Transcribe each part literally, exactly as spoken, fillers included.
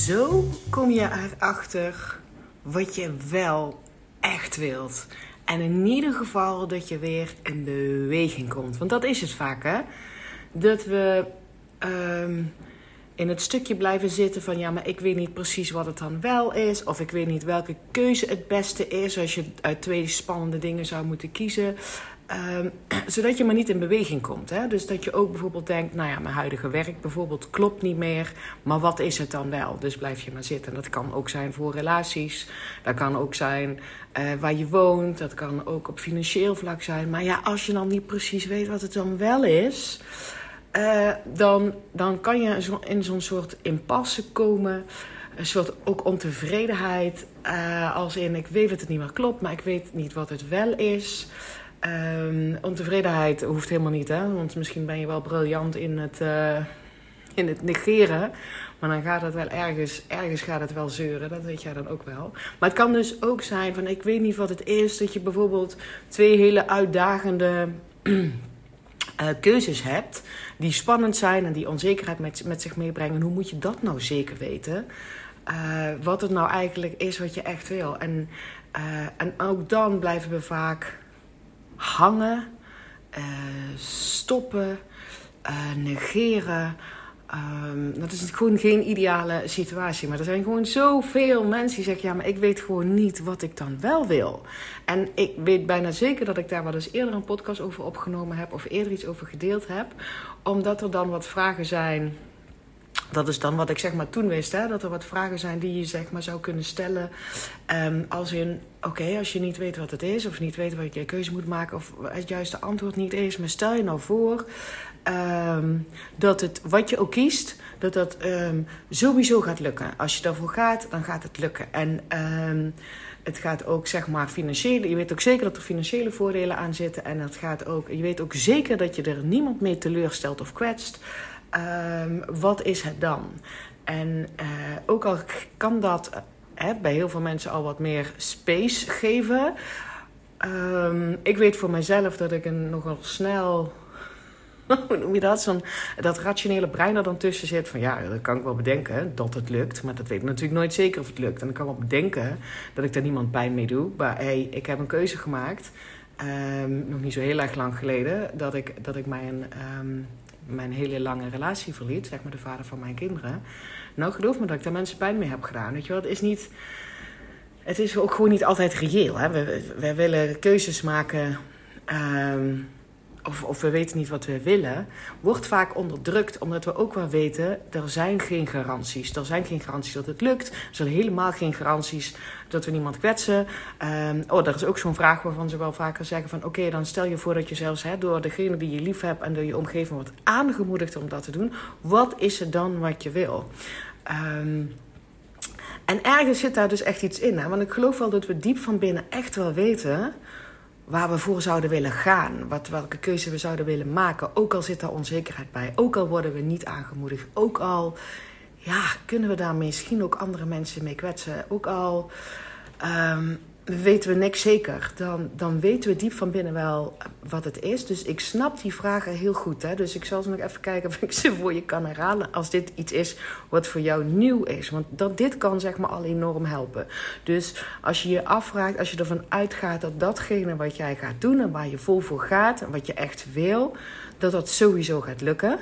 Zo kom je erachter wat je wel echt wilt. En in ieder geval dat je weer in beweging komt. Want dat is het vaak, hè? Dat we um, in het stukje blijven zitten van... ja, maar ik weet niet precies wat het dan wel is. Of ik weet niet welke keuze het beste is. Als je uit twee spannende dingen zou moeten kiezen. Um, zodat je maar niet in beweging komt. Hè? Dus dat je ook bijvoorbeeld denkt... nou ja, mijn huidige werk bijvoorbeeld klopt niet meer. Maar wat is het dan wel? Dus blijf je maar zitten. En dat kan ook zijn voor relaties. Dat kan ook zijn uh, waar je woont. Dat kan ook op financieel vlak zijn. Maar ja, als je dan niet precies weet wat het dan wel is... Uh, dan, dan kan je zo, in zo'n soort impasse komen... Een soort ook ontevredenheid. Uh, als in, ik weet dat het niet meer klopt... maar ik weet niet wat het wel is... Um, ontevredenheid hoeft helemaal niet, hè? Want misschien ben je wel briljant in het, uh, in het negeren. Maar dan gaat het wel ergens, ergens gaat het wel zeuren. Dat weet jij dan ook wel. Maar het kan dus ook zijn van, ik weet niet wat het is. Dat je bijvoorbeeld twee hele uitdagende uh, keuzes hebt. Die spannend zijn en die onzekerheid met, met zich meebrengen. Hoe moet je dat nou zeker weten? Uh, wat het nou eigenlijk is wat je echt wil. En, uh, en ook dan blijven we vaak... hangen, uh, stoppen, uh, negeren. Um, dat is gewoon geen ideale situatie. Maar er zijn gewoon zoveel mensen die zeggen... ja, maar ik weet gewoon niet wat ik dan wel wil. En ik weet bijna zeker dat ik daar wel eens eerder een podcast over opgenomen heb... of eerder iets over gedeeld heb. Omdat er dan wat vragen zijn... Dat is dan wat ik zeg maar toen wist, hè? Dat er wat vragen zijn die je zeg maar zou kunnen stellen. Um, als in, oké, okay, als je niet weet wat het is... of niet weet wat je keuze moet maken... of het juiste antwoord niet is... maar stel je nou voor um, dat het, wat je ook kiest... dat dat um, sowieso gaat lukken. Als je daarvoor gaat, dan gaat het lukken. En um, het gaat ook zeg maar financiële... je weet ook zeker dat er financiële voordelen aan zitten... en het gaat ook, je weet ook zeker dat je er niemand mee teleurstelt of kwetst... Um, wat is het dan? En uh, ook al kan dat uh, bij heel veel mensen al wat meer space geven. Um, ik weet voor mezelf dat ik een nogal snel... hoe noem je dat? Zo'n, dat rationele brein er dan tussen zit. Van ja, dat kan ik wel bedenken dat het lukt. Maar dat weet ik natuurlijk nooit zeker of het lukt. En ik kan wel bedenken dat ik daar niemand pijn mee doe. Maar hey, ik heb een keuze gemaakt. Um, nog niet zo heel erg lang geleden. Dat ik, dat ik mijn... Um, mijn hele lange relatie verliet, zeg maar de vader van mijn kinderen. Nou, geloof me dat ik daar mensen pijn mee heb gedaan. Weet je wel, het is niet... Het is ook gewoon niet altijd reëel, hè. We, we willen keuzes maken... Um, of, of we weten niet wat we willen... wordt vaak onderdrukt, omdat we ook wel weten... er zijn geen garanties. Er zijn geen garanties dat het lukt. Er zijn helemaal geen garanties dat we niemand kwetsen. Um, oh, dat is ook zo'n vraag waarvan ze wel vaker zeggen van... oké, okay, dan stel je voor dat je zelfs hè, door degene die je lief hebt... en door je omgeving wordt aangemoedigd om dat te doen. Wat is het dan wat je wil? Um, en ergens zit daar dus echt iets in. Hè? Want ik geloof wel dat we diep van binnen echt wel weten... waar we voor zouden willen gaan. Wat, welke keuze we zouden willen maken. Ook al zit daar onzekerheid bij. Ook al worden we niet aangemoedigd. Ook al ja, kunnen we daar misschien ook andere mensen mee kwetsen. Ook al um, weten we niks zeker. Dan, dan weten we diep van binnen wel wat het is. Dus ik snap die vragen heel goed. Hè? Dus ik zal ze nog even kijken of ik ze voor je kan herhalen. Als dit iets is wat voor jou nieuw is. Want dat, dit kan zeg maar al enorm helpen. Dus als je je afvraagt, als je ervan uitgaat dat datgene wat jij gaat doen... en waar je vol voor gaat en wat je echt wil... dat dat sowieso gaat lukken...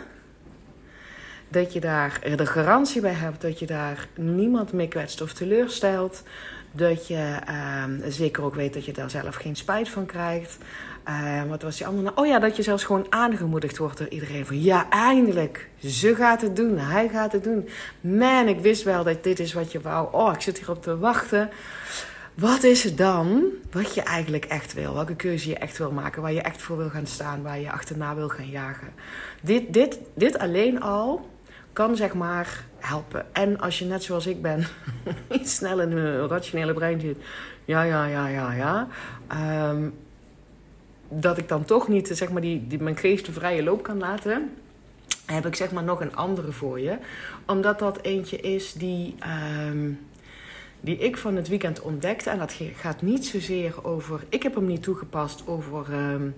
dat je daar de garantie bij hebt... dat je daar niemand mee kwetst of teleurstelt... dat je uh, zeker ook weet dat je daar zelf geen spijt van krijgt. Uh, wat was die andere? Oh ja, dat je zelfs gewoon aangemoedigd wordt door iedereen. Van ja, eindelijk. Ze gaat het doen. Hij gaat het doen. Man, ik wist wel dat dit is wat je wou. Oh, ik zit hierop te wachten. Wat is het dan wat je eigenlijk echt wil? Welke keuze je echt wil maken? Waar je echt voor wil gaan staan? Waar je achterna wil gaan jagen? Dit, dit, dit alleen al... kan zeg maar helpen. En als je net zoals ik ben... iets snel in een rationele brein zit... ja, ja, ja, ja, ja... Um, dat ik dan toch niet zeg maar, die, die, mijn geest de vrije loop kan laten... heb ik zeg maar nog een andere voor je. Omdat dat eentje is die... Um, die ik van het weekend ontdekte. En dat gaat niet zozeer over... ik heb hem niet toegepast over... Um,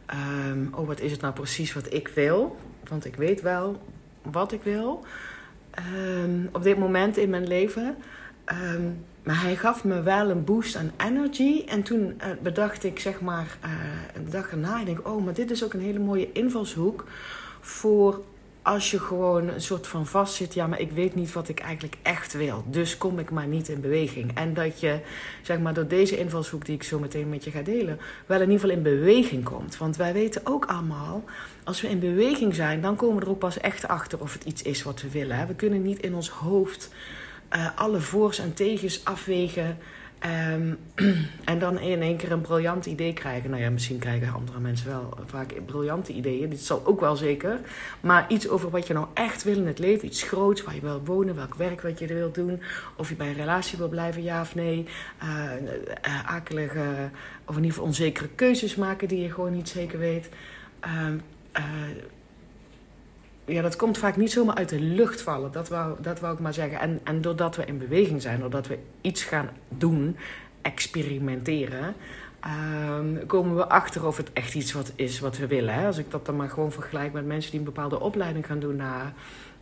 um, oh, wat is het nou precies wat ik wil? Want ik weet wel... wat ik wil. um, op dit moment in mijn leven. Um, maar hij gaf me wel een boost aan energy. En toen uh, bedacht ik, zeg maar, uh, een dag erna, ik denk, oh, maar dit is ook een hele mooie invalshoek voor als je gewoon een soort van vastzit. Ja, maar ik weet niet wat ik eigenlijk echt wil. Dus kom ik maar niet in beweging. En dat je, zeg maar, door deze invalshoek die ik zo meteen met je ga delen, wel in ieder geval in beweging komt. Want wij weten ook allemaal, als we in beweging zijn, dan komen we er ook pas echt achter of het iets is wat we willen. Hè? We kunnen niet in ons hoofd uh, alle voor's en tegens afwegen. Um, en dan in één keer een briljant idee krijgen. Nou ja, misschien krijgen andere mensen wel vaak briljante ideeën. Dit zal ook wel zeker. Maar iets over wat je nou echt wil in het leven. Iets groots, waar je wil wonen. Welk werk wat je wil doen. Of je bij een relatie wil blijven, ja of nee. Uh, uh, akelige, of in ieder geval onzekere keuzes maken die je gewoon niet zeker weet. Um, uh, Ja, dat komt vaak niet zomaar uit de lucht vallen. Dat wou, dat wou ik maar zeggen. En, en doordat we in beweging zijn, doordat we iets gaan doen, experimenteren, um, komen we achter of het echt iets wat is wat we willen. Hè? Als ik dat dan maar gewoon vergelijk met mensen die een bepaalde opleiding gaan doen na,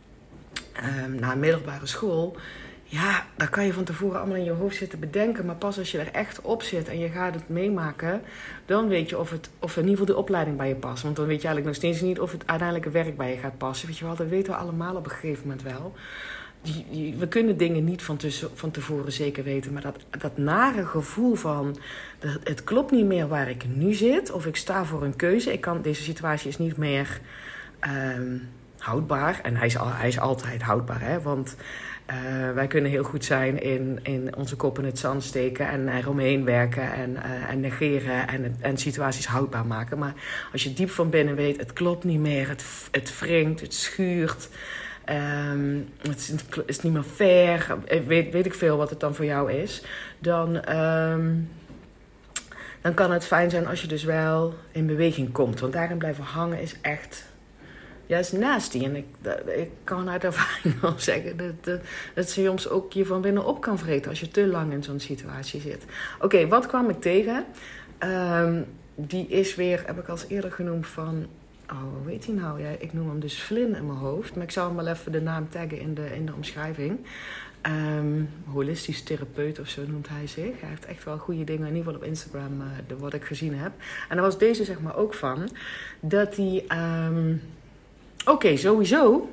um, na een middelbare school. Ja, daar kan je van tevoren allemaal in je hoofd zitten bedenken. Maar pas als je er echt op zit en je gaat het meemaken, dan weet je of, het, of in ieder geval de opleiding bij je past. Want dan weet je eigenlijk nog steeds niet of het uiteindelijke werk bij je gaat passen. Weet je wel, dat weten we allemaal op een gegeven moment wel. Die, die, we kunnen dingen niet van, tussen, van tevoren zeker weten. Maar dat, dat nare gevoel van, dat het klopt niet meer waar ik nu zit. Of ik sta voor een keuze. Ik kan, deze situatie is niet meer um, houdbaar. En hij is, al, hij is altijd houdbaar, hè. Want Uh, wij kunnen heel goed zijn in, in onze kop in het zand steken en eromheen werken en, uh, en negeren en, en situaties houdbaar maken. Maar als je diep van binnen weet, het klopt niet meer, het, het wringt, het schuurt, um, het is, is niet meer fair, weet, weet ik veel wat het dan voor jou is, dan, um, dan kan het fijn zijn als je dus wel in beweging komt. Want daarin blijven hangen is echt, ja, is nasty. En ik, ik kan uit ervaring wel zeggen dat, dat, dat ze soms ook je van binnen op kan vreten als je te lang in zo'n situatie zit. Oké, okay, wat kwam ik tegen? Um, die is weer, heb ik al eerder genoemd van, oh, hoe weet hij nou? Ja, ik noem hem dus Flynn in mijn hoofd. Maar ik zal hem wel even de naam taggen in de, in de omschrijving. Um, holistisch therapeut of zo noemt hij zich. Hij heeft echt wel goede dingen, in ieder geval op Instagram, uh, de, wat ik gezien heb. En daar was deze zeg maar ook van, dat hij Um, Oké, okay, sowieso.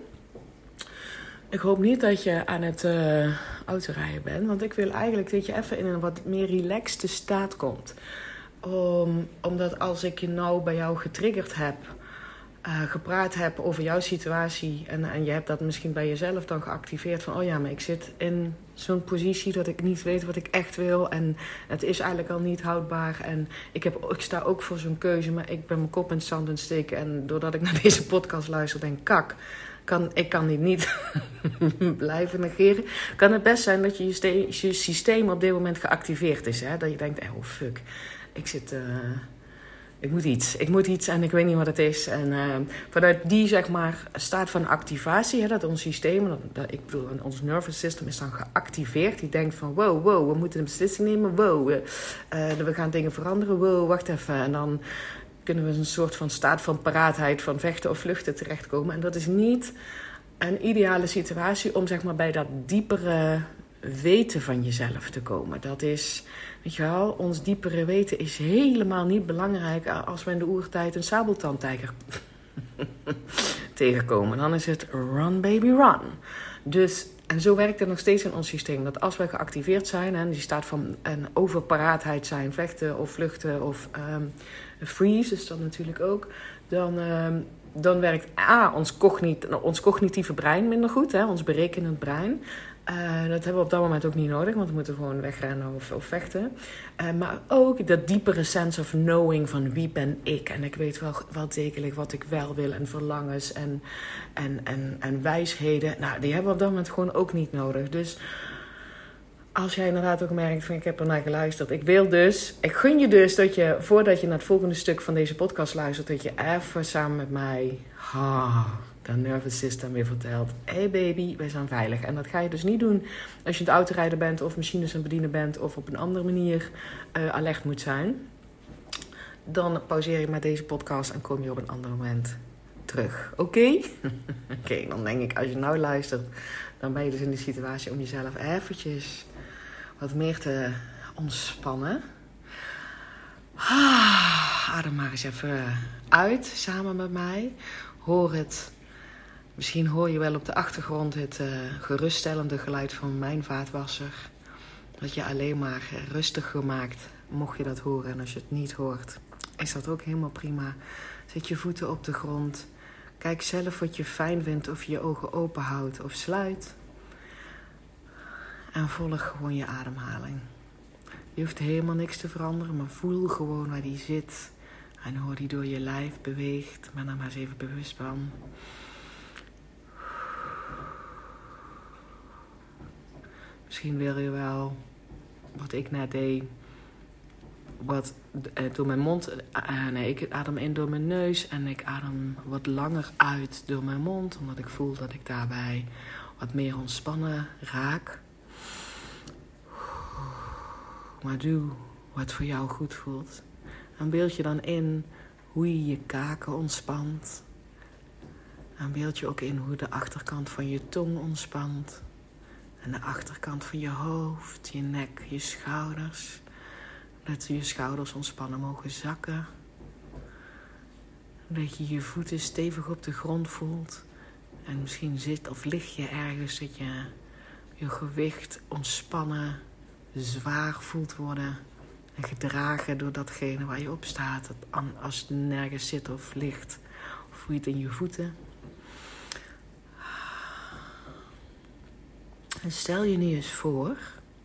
Ik hoop niet dat je aan het uh, autorijden bent. Want ik wil eigenlijk dat je even in een wat meer relaxte staat komt. Om, omdat als ik je nou bij jou getriggerd heb, uh, gepraat heb over jouw situatie. En, en je hebt dat misschien bij jezelf dan geactiveerd. Van, oh ja, maar ik zit in zo'n positie dat ik niet weet wat ik echt wil. En het is eigenlijk al niet houdbaar. En ik, heb, ik sta ook voor zo'n keuze, maar ik ben mijn kop in het zand aan het steken. En doordat ik naar deze podcast luister, denk ik, kak, kan, ik kan dit niet blijven negeren. Kan het best zijn dat je, je, ste- je systeem op dit moment geactiveerd is. Hè? Dat je denkt, oh fuck, ik zit... Uh, Ik moet iets, ik moet iets en ik weet niet wat het is. En uh, vanuit die, zeg maar, staat van activatie, hè, dat ons systeem, dat, dat, ik bedoel, ons nervous system is dan geactiveerd. Die denkt van, wow, wow, we moeten een beslissing nemen, wow, uh, uh, we gaan dingen veranderen, wow, wacht even. En dan kunnen we in een soort van staat van paraatheid, van vechten of vluchten terechtkomen. En dat is niet een ideale situatie om, zeg maar, bij dat diepere weten van jezelf te komen. Dat is, weet je wel, ons diepere weten is helemaal niet belangrijk als we in de oertijd een sabeltandtijger tegenkomen. Dan is het run baby run. Dus, en zo werkt het nog steeds in ons systeem. Dat als wij geactiveerd zijn, en die staat van een overparaatheid zijn, vechten of vluchten of um, freeze is dat natuurlijk ook, dan, um, dan werkt A, ons, cognit, ons cognitieve brein minder goed, hè, ons berekenend brein. Uh, dat hebben we op dat moment ook niet nodig, want we moeten gewoon wegrennen of, of vechten. Uh, maar ook dat diepere sense of knowing van wie ben ik. En ik weet wel, wel degelijk wat ik wel wil en verlangens en, en, en, en wijsheden. Nou, die hebben we op dat moment gewoon ook niet nodig. Dus als jij inderdaad ook merkt van ik heb er naar geluisterd. Ik wil dus, ik gun je dus dat je, voordat je naar het volgende stuk van deze podcast luistert, dat je even samen met mij ha, dat nervous system weer vertelt. Hé hey baby, wij zijn veilig. En dat ga je dus niet doen als je aan het autorijden bent of machines aan het bedienen bent of op een andere manier uh, alert moet zijn. Dan pauzeer je maar deze podcast en kom je op een ander moment terug. Oké? Okay? Oké, okay, dan denk ik als je nou luistert, dan ben je dus in de situatie om jezelf eventjes wat meer te ontspannen. Adem maar eens even uit samen met mij. Hoor het. Misschien hoor je wel op de achtergrond het uh, geruststellende geluid van mijn vaatwasser. Dat je alleen maar rustig gemaakt, mocht je dat horen. En als je het niet hoort, is dat ook helemaal prima. Zet je voeten op de grond. Kijk zelf wat je fijn vindt, of je je ogen open houdt of sluit. En volg gewoon je ademhaling. Je hoeft helemaal niks te veranderen, maar voel gewoon waar die zit. En hoe die door je lijf beweegt. Ben er maar eens even bewust van. Misschien wil je wel, wat ik net deed, wat uh, door mijn mond, uh, nee, ik adem in door mijn neus en ik adem wat langer uit door mijn mond, omdat ik voel dat ik daarbij wat meer ontspannen raak. Maar doe wat voor jou goed voelt. En beeld je dan in hoe je je kaken ontspant. En beeld je ook in hoe de achterkant van je tong ontspant. En de achterkant van je hoofd, je nek, je schouders. Dat je schouders ontspannen mogen zakken. Dat je je voeten stevig op de grond voelt. En misschien zit of lig je ergens dat je je gewicht ontspannen, zwaar voelt worden. En gedragen door datgene waar je op staat. Als het nergens zit of ligt. Of voel je het in je voeten. En stel je nu eens voor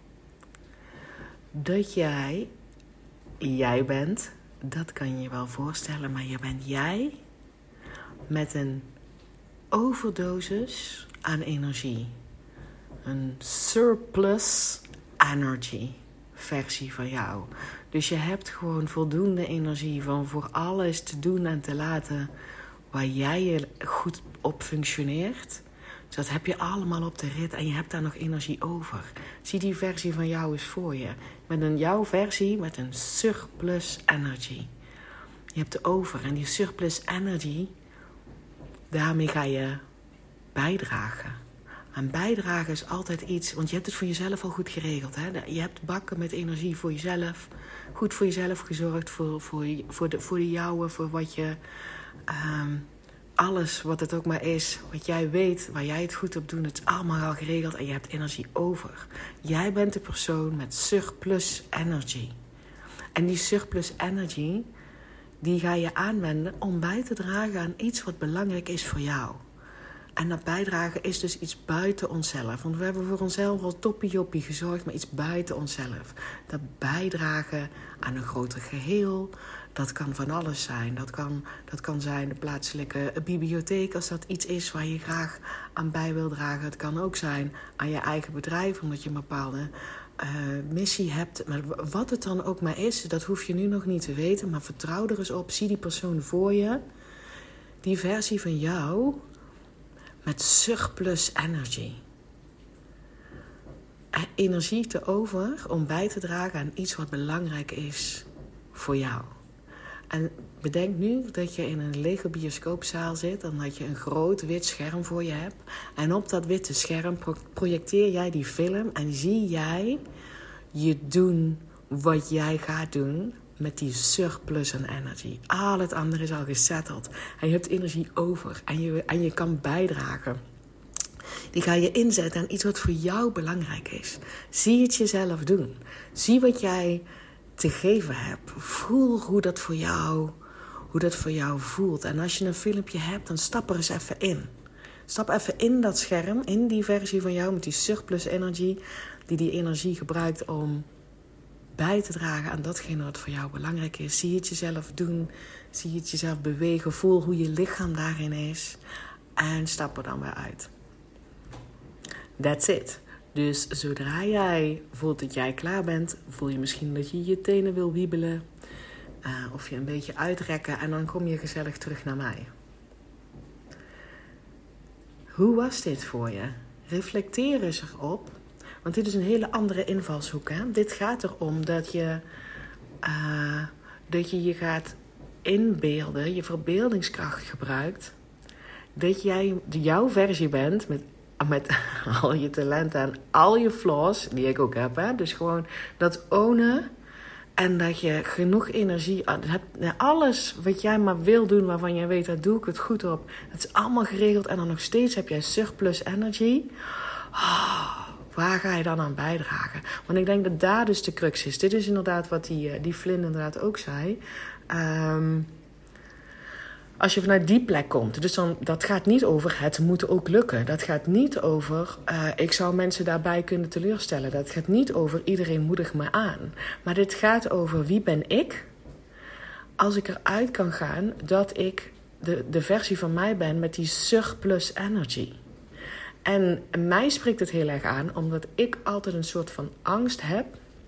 dat jij, jij bent, dat kan je je wel voorstellen, maar je bent jij met een overdosis aan energie. Een surplus energy versie van jou. Dus je hebt gewoon voldoende energie van voor alles te doen en te laten waar jij je goed op functioneert. Dus dat heb je allemaal op de rit en je hebt daar nog energie over. Zie die versie van jou eens voor je. Met een jouw versie met een surplus energy. Je hebt er over en die surplus energy, daarmee ga je bijdragen. En bijdragen is altijd iets, want je hebt het voor jezelf al goed geregeld. Hè? Je hebt bakken met energie voor jezelf. Goed voor jezelf gezorgd, voor, voor, voor, de, voor de jouwe, voor wat je... Um, Alles wat het ook maar is, wat jij weet, waar jij het goed op doet, het is allemaal al geregeld en je hebt energie over. Jij bent de persoon met surplus energy. En die surplus energy, die ga je aanwenden om bij te dragen aan iets wat belangrijk is voor jou. En dat bijdragen is dus iets buiten onszelf. Want we hebben voor onszelf al toppie-joppie gezorgd, maar iets buiten onszelf. Dat bijdragen aan een groter geheel. Dat kan van alles zijn. Dat kan, dat kan zijn de plaatselijke bibliotheek, als dat iets is waar je graag aan bij wil dragen. Het kan ook zijn aan je eigen bedrijf, omdat je een bepaalde uh, missie hebt. Maar wat het dan ook maar is, dat hoef je nu nog niet te weten. Maar vertrouw er eens op. Zie die persoon voor je. Die versie van jou met surplus energy. Energie te over om bij te dragen aan iets wat belangrijk is voor jou. En bedenk nu dat je in een lege bioscoopzaal zit en dat je een groot wit scherm voor je hebt. En op dat witte scherm projecteer jij die film en zie jij je doen wat jij gaat doen met die surplus aan energy. Al het andere is al gesetteld. En je hebt energie over en je, en je kan bijdragen. Die ga je inzetten aan iets wat voor jou belangrijk is. Zie het jezelf doen. Zie wat jij te geven hebt. Voel hoe dat voor jou, hoe dat voor jou voelt. En als je een filmpje hebt, dan stap er eens even in. Stap even in dat scherm, in die versie van jou met die surplus energy, die die energie gebruikt om bij te dragen aan datgene wat voor jou belangrijk is. Zie het jezelf doen. Zie het jezelf bewegen. Voel hoe je lichaam daarin is. En stap er dan weer uit. That's it. Dus zodra jij voelt dat jij klaar bent, voel je misschien dat je je tenen wil wiebelen. Uh, of je een beetje uitrekken en dan kom je gezellig terug naar mij. Hoe was dit voor je? Reflecteer eens erop. Want dit is een hele andere invalshoek. Hè? Dit gaat erom dat je, uh, dat je je gaat inbeelden, je verbeeldingskracht gebruikt. Dat jij jouw versie bent met met al je talenten en al je flaws, die ik ook heb. Hè? Dus gewoon dat ownen. En dat je genoeg energie hebt. Alles wat jij maar wil doen, waarvan jij weet, daar doe ik het goed op. Het is allemaal geregeld. En dan nog steeds heb jij surplus energy. Oh, waar ga je dan aan bijdragen? Want ik denk dat daar dus de crux is. Dit is inderdaad wat die, die Flynn inderdaad ook zei. Um, Als je vanuit die plek komt, dus dan, dat gaat niet over het moet ook lukken. Dat gaat niet over, uh, ik zou mensen daarbij kunnen teleurstellen. Dat gaat niet over iedereen moedigt me aan. Maar dit gaat over wie ben ik, als ik eruit kan gaan dat ik de, de versie van mij ben met die surplus energy. En mij spreekt het heel erg aan, omdat ik altijd een soort van angst heb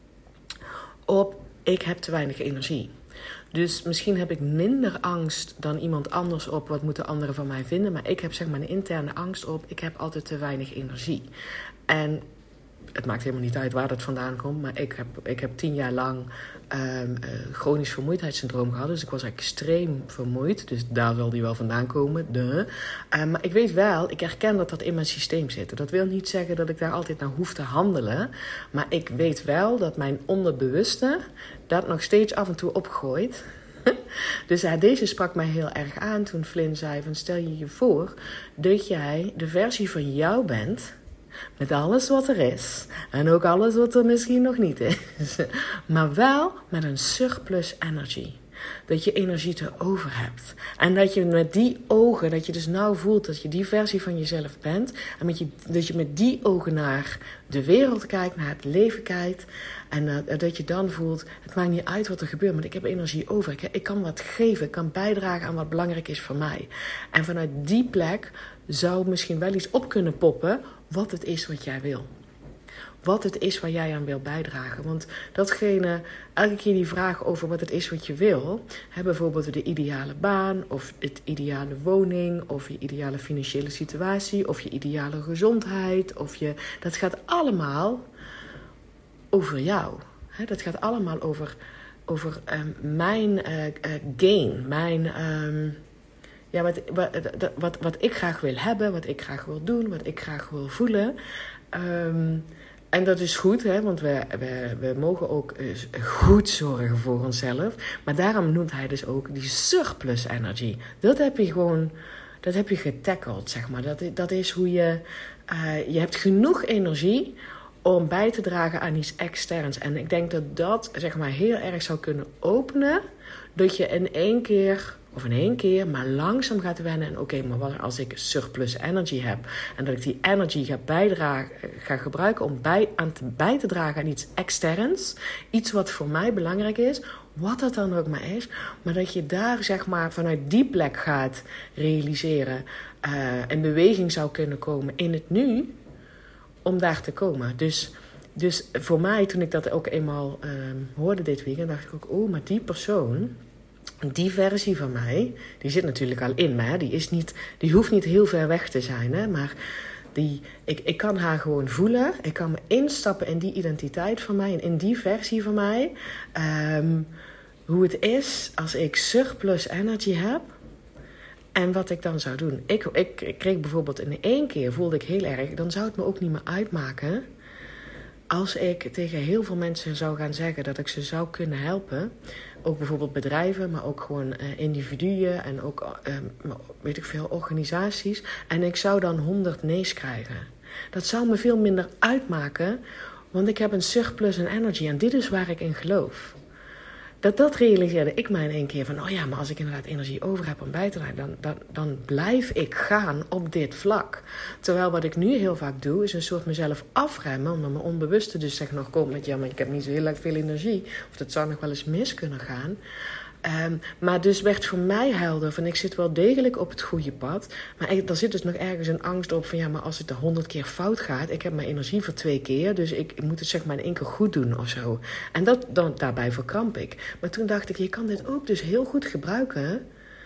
op ik heb te weinig energie. Dus misschien heb ik minder angst dan iemand anders op wat moeten anderen van mij vinden. Maar ik heb zeg maar een interne angst op, ik heb altijd te weinig energie. En het maakt helemaal niet uit waar dat vandaan komt. Maar ik heb, ik heb tien jaar lang um, uh, chronisch vermoeidheidssyndroom gehad. Dus ik was extreem vermoeid. Dus daar zal die wel vandaan komen. De. Uh, maar ik weet wel, ik herken dat dat in mijn systeem zit. Dat wil niet zeggen dat ik daar altijd naar hoef te handelen. Maar ik weet wel dat mijn onderbewuste dat nog steeds af en toe opgooit. Dus uh, deze sprak mij heel erg aan toen Flynn zei van stel je je voor dat jij de versie van jou bent met alles wat er is. En ook alles wat er misschien nog niet is. Maar wel met een surplus energy. Dat je energie te over hebt. En dat je met die ogen, dat je dus nou voelt dat je die versie van jezelf bent. En met je, dat je met die ogen naar de wereld kijkt, naar het leven kijkt. En uh, dat je dan voelt, het maakt niet uit wat er gebeurt, maar ik heb energie over. Ik, ik kan wat geven, ik kan bijdragen aan wat belangrijk is voor mij. En vanuit die plek zou misschien wel iets op kunnen poppen wat het is wat jij wil. Wat het is waar jij aan wil bijdragen. Want datgene, elke keer die vraag over wat het is wat je wil. Hè, bijvoorbeeld de ideale baan, of het ideale woning, of je ideale financiële situatie, of je ideale gezondheid. Of je, dat gaat allemaal over jou. Hè, dat gaat allemaal over, over um, mijn uh, uh, gain, mijn Um, Ja, wat, wat, wat, wat ik graag wil hebben, wat ik graag wil doen, wat ik graag wil voelen. Um, en dat is goed, hè, want we, we, we mogen ook goed zorgen voor onszelf. Maar daarom noemt hij dus ook die surplus energy. Dat heb je gewoon, dat heb je getackled, zeg maar. Dat, dat is hoe je, uh, je hebt genoeg energie om bij te dragen aan iets externs. En ik denk dat dat, zeg maar, heel erg zou kunnen openen. Dat je in één keer, of in één keer, maar langzaam gaat wennen. En oké, okay, maar wat als ik surplus energy heb. En dat ik die energy ga, bijdragen, ga gebruiken om bij, aan te, bij te dragen aan iets externs. Iets wat voor mij belangrijk is. Wat dat dan ook maar is. Maar dat je daar, zeg maar, vanuit die plek gaat realiseren. Uh, een beweging zou kunnen komen in het nu. Om daar te komen. Dus, dus voor mij, toen ik dat ook eenmaal uh, hoorde dit weekend, dacht ik ook, oh, maar die persoon, die versie van mij, die zit natuurlijk al in me. Hè? Die, is niet, die hoeft niet heel ver weg te zijn. Hè? Maar die, ik, ik kan haar gewoon voelen. Ik kan me instappen in die identiteit van mij en in die versie van mij. Um, hoe het is als ik surplus energy heb. En wat ik dan zou doen. Ik, ik, ik kreeg bijvoorbeeld in één keer, voelde ik heel erg, dan zou het me ook niet meer uitmaken als ik tegen heel veel mensen zou gaan zeggen dat ik ze zou kunnen helpen. Ook bijvoorbeeld bedrijven, maar ook gewoon uh, individuen en ook, uh, weet ik veel, organisaties. En ik zou dan honderd nee's krijgen. Dat zou me veel minder uitmaken, want ik heb een surplus en energy. En dit is waar ik in geloof. Dat, dat realiseerde ik mij in één keer van, oh ja, maar als ik inderdaad energie over heb om bij te dragen, dan, dan, dan blijf ik gaan op dit vlak. Terwijl wat ik nu heel vaak doe, is een soort mezelf afremmen, omdat mijn onbewuste dus zegt nog komt met, ja, maar ik heb niet zo heel erg veel energie, of dat zou nog wel eens mis kunnen gaan. Um, maar dus werd voor mij helder van ik zit wel degelijk op het goede pad. Maar er zit dus nog ergens een angst op van ja, maar als het er honderd keer fout gaat. Ik heb mijn energie voor twee keer. Dus ik, ik moet het zeg maar in één keer goed doen of zo. En dat, dan, daarbij verkramp ik. Maar toen dacht ik, je kan dit ook dus heel goed gebruiken.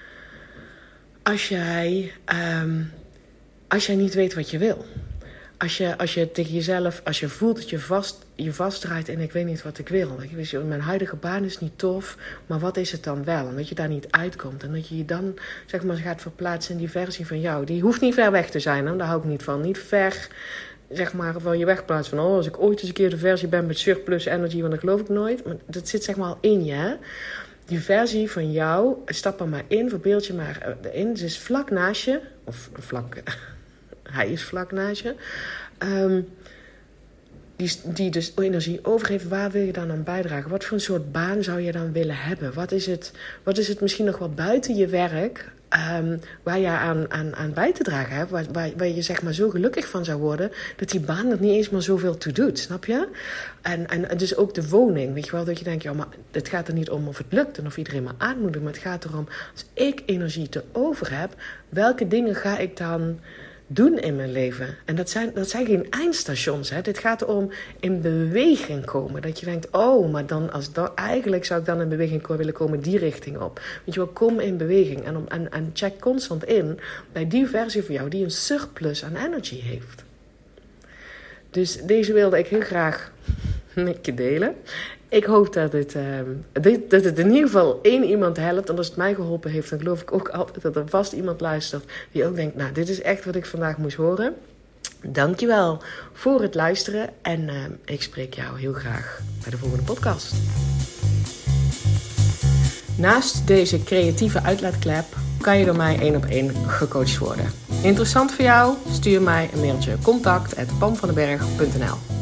Als jij, um, als jij niet weet wat je wil. Als je, als je tegen jezelf, als je voelt dat je vast je vastdraait en ik weet niet wat ik wil. Weet je, mijn huidige baan is niet tof, maar wat is het dan wel? En dat je daar niet uitkomt. En dat je je dan zeg maar gaat verplaatsen in die versie van jou. Die hoeft niet ver weg te zijn, hè? Daar hou ik niet van. Niet ver, zeg maar, van je wegplaatsen van... oh, als ik ooit eens een keer de versie ben met surplus energy, want dat geloof ik nooit. Maar dat zit zeg maar al in je, hè? Die versie van jou, stap er maar in, verbeeld je maar in. Het is vlak naast je, of vlak, hij is vlak naast je... Um, Die, die dus energie overgeeft, waar wil je dan aan bijdragen? Wat voor een soort baan zou je dan willen hebben? Wat is het, wat is het misschien nog wel buiten je werk... Um, waar je aan, aan, aan bij te dragen hebt... Waar, waar, waar je zeg maar zo gelukkig van zou worden... dat die baan er niet eens maar zoveel toe doet, snap je? En, en, en dus ook de woning, weet je wel... dat je denkt, ja, maar het gaat er niet om of het lukt... en of iedereen me aanmoedigt, maar het gaat erom... als ik energie te over heb... welke dingen ga ik dan... doen in mijn leven. En dat zijn, dat zijn geen eindstations. Hè. Dit gaat erom in beweging komen. Dat je denkt, oh, maar dan als dat, eigenlijk zou ik dan in beweging willen komen die richting op. Weet je wel, kom in beweging. En, om, en, en check constant in bij die versie van jou die een surplus aan energy heeft. Dus deze wilde ik heel graag met je delen. Ik hoop dat het, uh, dat het in ieder geval één iemand helpt. En als het mij geholpen heeft, dan geloof ik ook altijd dat er vast iemand luistert die ook denkt, nou, dit is echt wat ik vandaag moest horen. Dankjewel voor het luisteren. En uh, ik spreek jou heel graag bij de volgende podcast. Naast deze creatieve uitlaatklep kan je door mij één op één gecoacht worden. Interessant voor jou? Stuur mij een mailtje contact at pamvandenberg punt n l.